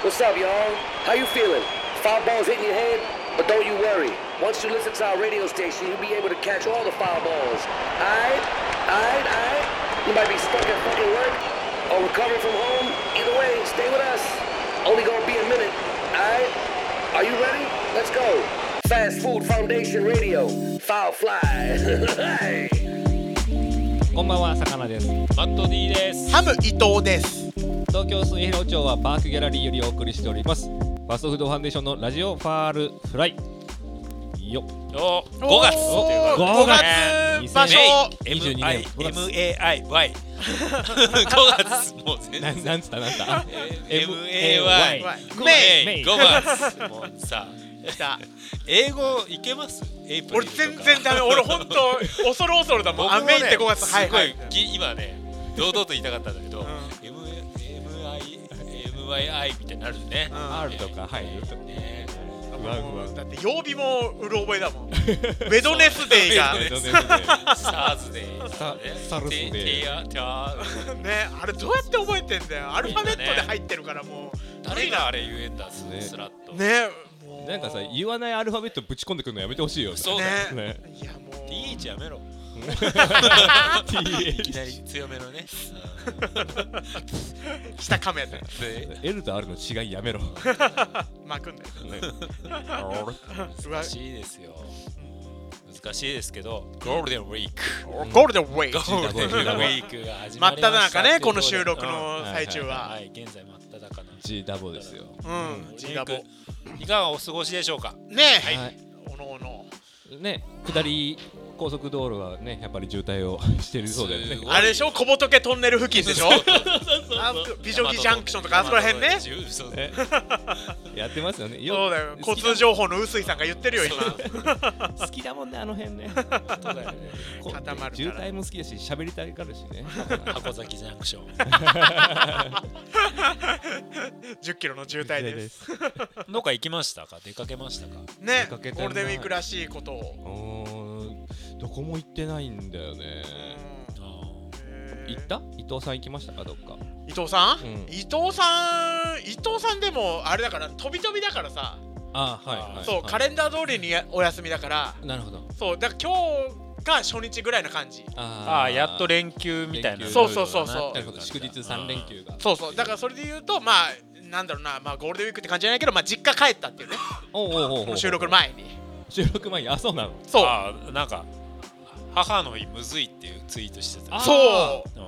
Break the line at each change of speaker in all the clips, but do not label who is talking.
What's up, y'all? How you feeling? Foul balls hitting your head? But don't you worry. Once you listen to our radio station, you'll be able to catch all the foul balls. Aight? You might be stuck at fucking work or recovering from home. Either way, stay with us. Only gonna be a minute. Aight? Are you ready? Let's go. Fast Food Foundation Radio. Foul Fly. Hey.
こんばんは、魚です。
マット D です。
ハム伊藤です。
東京末広町はパークギャラリーよりお送りしております。ファストフードファンデーションのラジオファールフライ。よっ。
お、5月。
5月場所。
22年。
MAIY。5月もう全然。
なんつった。
MAY。
メイ。
5月。もうさ。英語いけます？
俺全然ダメ。俺ほんと恐るだもん。メイって5月。はいはい。
今ね堂々と言いたかったんだけど、MYI みたいになるね。
R とか入るとかね。
だって曜日もうろ覚えだもん。ウェドネスデーが
サーズデー、
サルスデー。
ね、あれどうやって覚えてんだよ。アルファベットで入ってるからもう。
誰があれ言えんだスラッと。
ね。
なんかさ、言わないアルファベットぶち込んでくるのやめてほしいよね。
そうだ
ね。いやもう
TH やめろ。いきなり強めのね。
下カメラで
L と R の違いやめろ。
巻くんだ
よ。難しいですよ。難しいですけど、ゴールデンウィーク。
ゴールデンウィーク。
ゴールデンウィークが始まりました。
真っ只中ね、この収録の最中は。
はい、現在真っ只中の
G ダボですよ。
G ダボ。
いかがお過ごしでしょうか。
ねえ。
はい。
おのおの。
ね、下り高速道路はね、やっぱり渋滞をしてるそうだよね。
あれでしょ、小仏トンネル付近でしょ。美女木ジャンクションとかあそこら辺ね。
やってますよね。
そうだよ。交通情報の臼井さんが言ってるよ今。
好きだもんね、あの辺ね。
そうだよね。
固まる。
渋滞も好きだし、喋りたいからしね。
箱崎ジャンクション。
10キロの渋滞です。
どっか行きましたか？出かけましたか？
ね、ゴールデンウィークらしいことを。
どこも行ってないんだよね。行った？伊藤さん行きましたか？どっか。
伊藤さんでもあれだから飛び飛びだからさ。
はい。
そう、カレンダー通りにお休みだから。
なるほど。
そうだから今日が初日ぐらいな感じ。
やっと連休みたいな。
そう。
なるほど。祝日3連休が。
そうだからそれで言うとまあなんだろうな、まあゴールデンウィークって感じじゃないけど、まあ実家帰ったっていうね。収録の前に。
収録前にそうなの。
そう。
なんか母の日むずいっていうツイートしてた。
そう。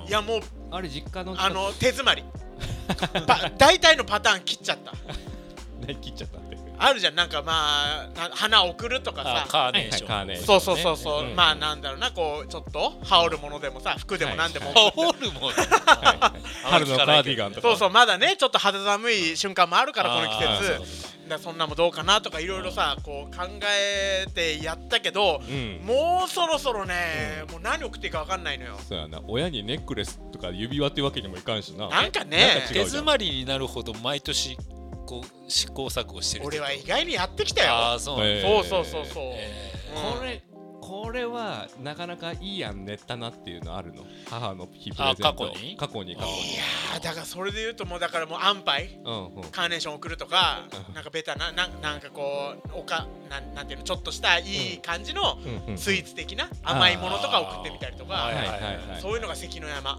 いやもう
あれ実家の
手詰まり。大体のパターン切っちゃった。
切っちゃったって。
あるじゃん、なんかまあ花送るとかさ。
カーネーシ
ョン。そう。まあなんだろうな、こうちょっと羽織るものでもさ、服でもなんでも。
羽織るもの。
春のカーディガンとか。
そうまだねちょっと肌寒い瞬間もあるからこの季節。そんなもどうかなとかいろいろさこう考えてやったけど、もうそろそろね、もう何送っていいか分かんないのよ。
そうやな、親にネックレスとか指輪ってわけにもいかんしな。
なんかね、
手詰まりになるほど毎年こう試行錯誤してる。
俺は意外にやってきたよ。
そう。
これはなかなかいいやんねったなっていうのあるの？母の日プレゼント。過去に。いや
だからそれで言うともうだからもう安牌、カーネーション送るとか、なんかベタななんかこうなんていうのちょっとしたいい感じのスイーツ的な甘いものとか送ってみたりとか、そういうのが関の山。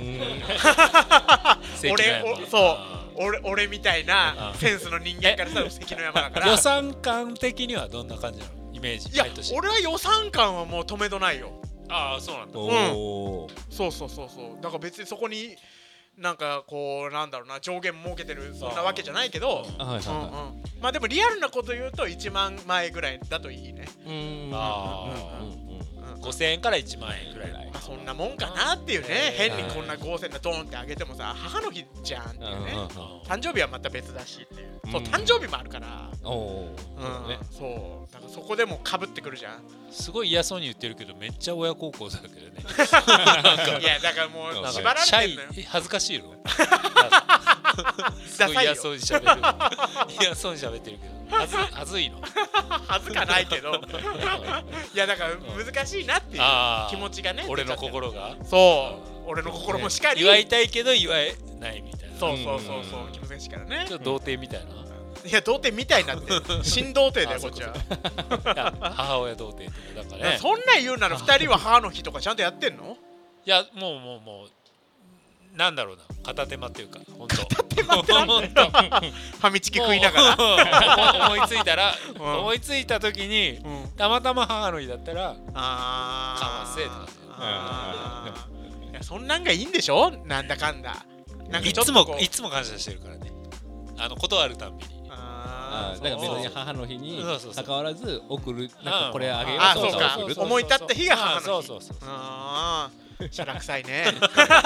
俺みたいなセンスの人間からしたら関の山だから。
予算感的にはどんな感じなの？イメージ。
いや俺は予算感はもう止めどないよ。
そうなんだ。
そうだから別にそこになんかこうなんだろうな上限設けてるそんなわけじゃないけど、まあでもリアルなこと言うと1万枚ぐらいだといいね。
5000円から1万円ぐらい。
まあそんなもんかなっていうね。変にこんな5000円ドーンってあげてもさ母の日じゃんっていうね。誕生日はまた別だしっていう。そう誕生日もあるから。そうだからそこでもかぶってくるじゃん。
すごい嫌そうに言ってるけどめっちゃ親孝行だけどね。
いやだからもう縛られてんのよ。
恥ずかしいの？
ダサいよ。
嫌そうに喋ってる。嫌そうに喋ってるけど。恥ずいの？
恥ずかないけど。いやだから難しいなっていう気持ちがね。
俺の心が。
そう。俺の心もしかり。
祝いたいけど祝えないみたいな。
そう気難しいからね。
ちょっと童貞みたいな。
いや童貞みたいなって新童貞だよこっちは。
いや母親童貞ってだからね。
そんなん言うなら2人は母の日とかちゃんとやってんの？
いやもうなんだろうな、片手間っていうか本当。
片手間ってなんだよ。ファミチキ食いながら
思いついたら、思いついた時にたまたま母の日だったらかませとか。
いやそんなんがいいんでしょ、なんだかんだ。
いつも感謝してるからね、断るたんびに。
だから別に母の日に関わらず送る、なんかこれあげよう
とか送る、思い立った日が母の日。
そう
しゃらくさいね。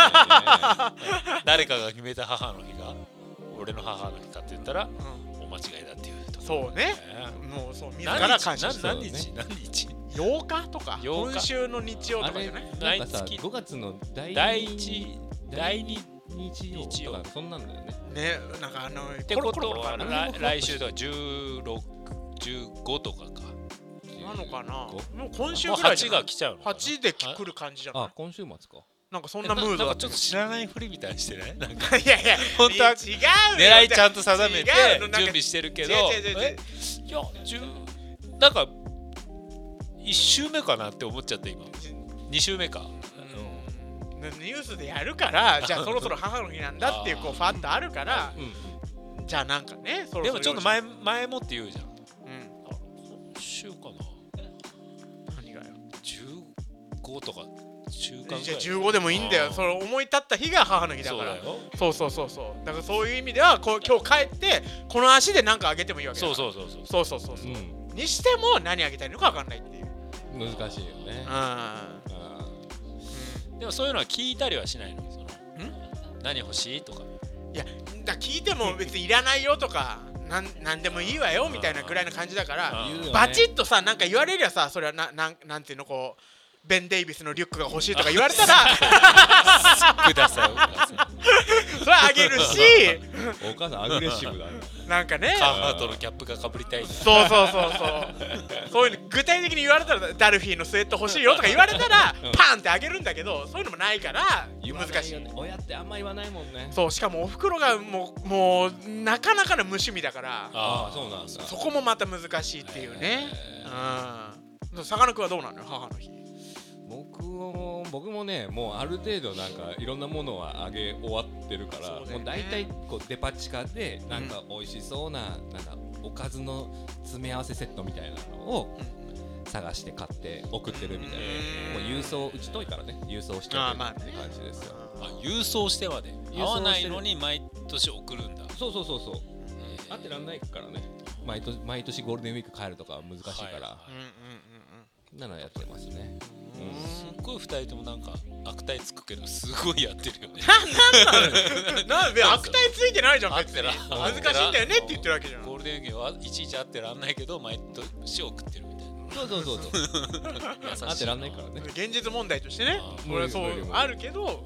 誰かが決めた母の日が俺の母の日かって言ったらお間違いだっていう。
そうね、もうそう自ら感謝してる。
何日
8日とか今週の日曜とかじゃない？
なんかさ5月の第2日曜とかそんなんだよね。
ね、なんか
ってことは来週とか16、15とかか
なのかな。もう今週ぐらい
8が来ちゃうのかな。
8で来る感じじゃない？
あ、今週末か。
なんかそんなムードだ。
ちょっと知らないふりみたいにしてない？なんか
いや
本当は
違う。
狙いちゃんと定めて準備してるけど、いやなんか1週目かなって思っちゃって今。2週目か。
ニュースでやるからじゃあそろそろ母の日なんだっていうこうファッとあるからじゃあなんかね、そろそろ
でもちょっと前もって言うじゃん。今週かな。
何がよ。
15とか週間ぐらい。
じゃあ15でもいいんだよ。それ思い立った日が母の日だから。そうだからそういう意味では今日帰ってこの足で何かあげてもいいわけだ。そうにしても何あげたいのか分かんないっていう。
難しいよね。
でもそういうのは聞いたりはしないの？何欲しいとか。
いや聞いても別にいらないよとかなんでもいいわよみたいなぐらいの感じだからバチッとさなんか言われりゃさ、それはなんていうの、こうベン・デイビスのリュックが欲しいとか言われたら
ください
それはあげるし、
お母さんアグレッシブだね。
なんかね、
カーハートのキャップがかぶりたい。
そういうの具体的に言われたらダルフィーのスウェット欲しいよとか言われたらパンってあげるんだけど、そういうのもないから難しい。
親ってあんま言わないもんね。
そう、しかもおふくろがもうなかなかの無趣味だから、
そうなんだ。
そこもまた難しいっていうね。さかなクンはどうなのよ、母の日。
僕もね、もうある程度なんかいろんなものはあげ終わってるから、もう大体こうデパ地下でなんか美味しそうななんかおかずの詰め合わせセットみたいなのを探して買って送ってるみたいな。もう郵送うち遠いからね、郵送してるって感じですよ。
郵送してまで合わないのに毎年送るんだ。
そう会ってらんないからね。毎年ゴールデンウィーク帰るとか難しいからなのやってますね。
すっごい2人ともなんか悪態つくけどすごいやってるよね。
なんで悪態ついてないじゃん別に。難しいんだよねって言ってるわけじゃん。
ゴールデンウィークはいちいち会ってらんないけど毎年送ってるみたいな。
そう会ってらんないからね。
現実問題としてね、これはそうあるけど、そう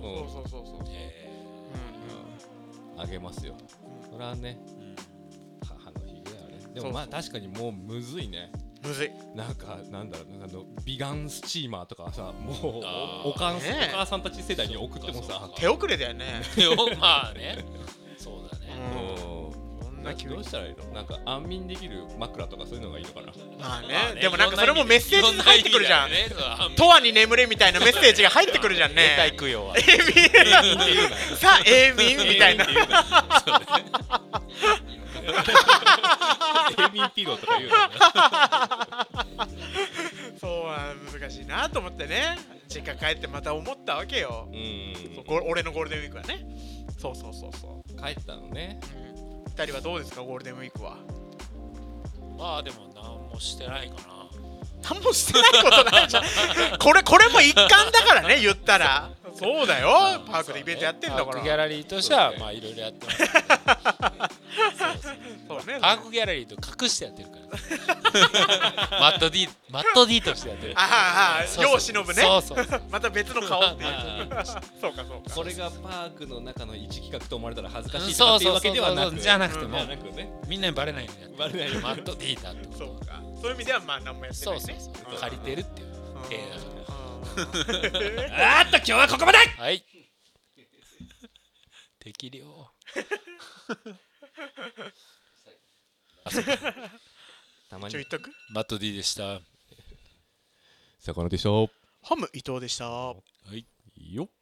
あげますよ。それはね、母の日ぐらいはね。でもまあ確かにもうむずいね。
むずい。
なんだろう、ビガンスチーマーとかさ、もうお母さんたち世代に送ってもさ、
手遅れだよね。
まあね、そうだね。
どうしたらいいの？なんか安眠できる枕とかそういうのがいいのかな。
まあね、でもなんかそれもメッセージが入ってくるじゃん。永遠に眠れみたいなメッセージが入ってくるじゃんね。
永代供養は。
さあ永眠みたいな。
永眠ピローとか言うのね。
そう難しいなと思ってね、実家帰ってまた思ったわけよ。俺のゴールデンウィークはね。そう
帰ったのね。
2人はどうですか、ゴールデンウィークは。
まあでも何もしてないかな。
何もしてないことないじゃん。これも一環だからね、言ったら。そうだよ、パークでイベントやってんだから。
パークギャラリーとしてはまあいろいろやってます。パークギャラリーと隠してやってるから。マット D としてやってる。
世を忍ぶね。
そう
また別の顔っていう。そうか。
これがパークの中の一企画と思われたら恥ずかしいっていうわけではなく、
じゃなくてもみんなにバレないようにやってる。マット D だって。
そうか。そういう意味ではまあ何もやってないね。
借りてるっていう体だから。
今日はここまで。
はい。適量。
たまに
ちょ言っとく。
マット D でした。
魚でした。
ハム伊藤でした。
はい。
よっ。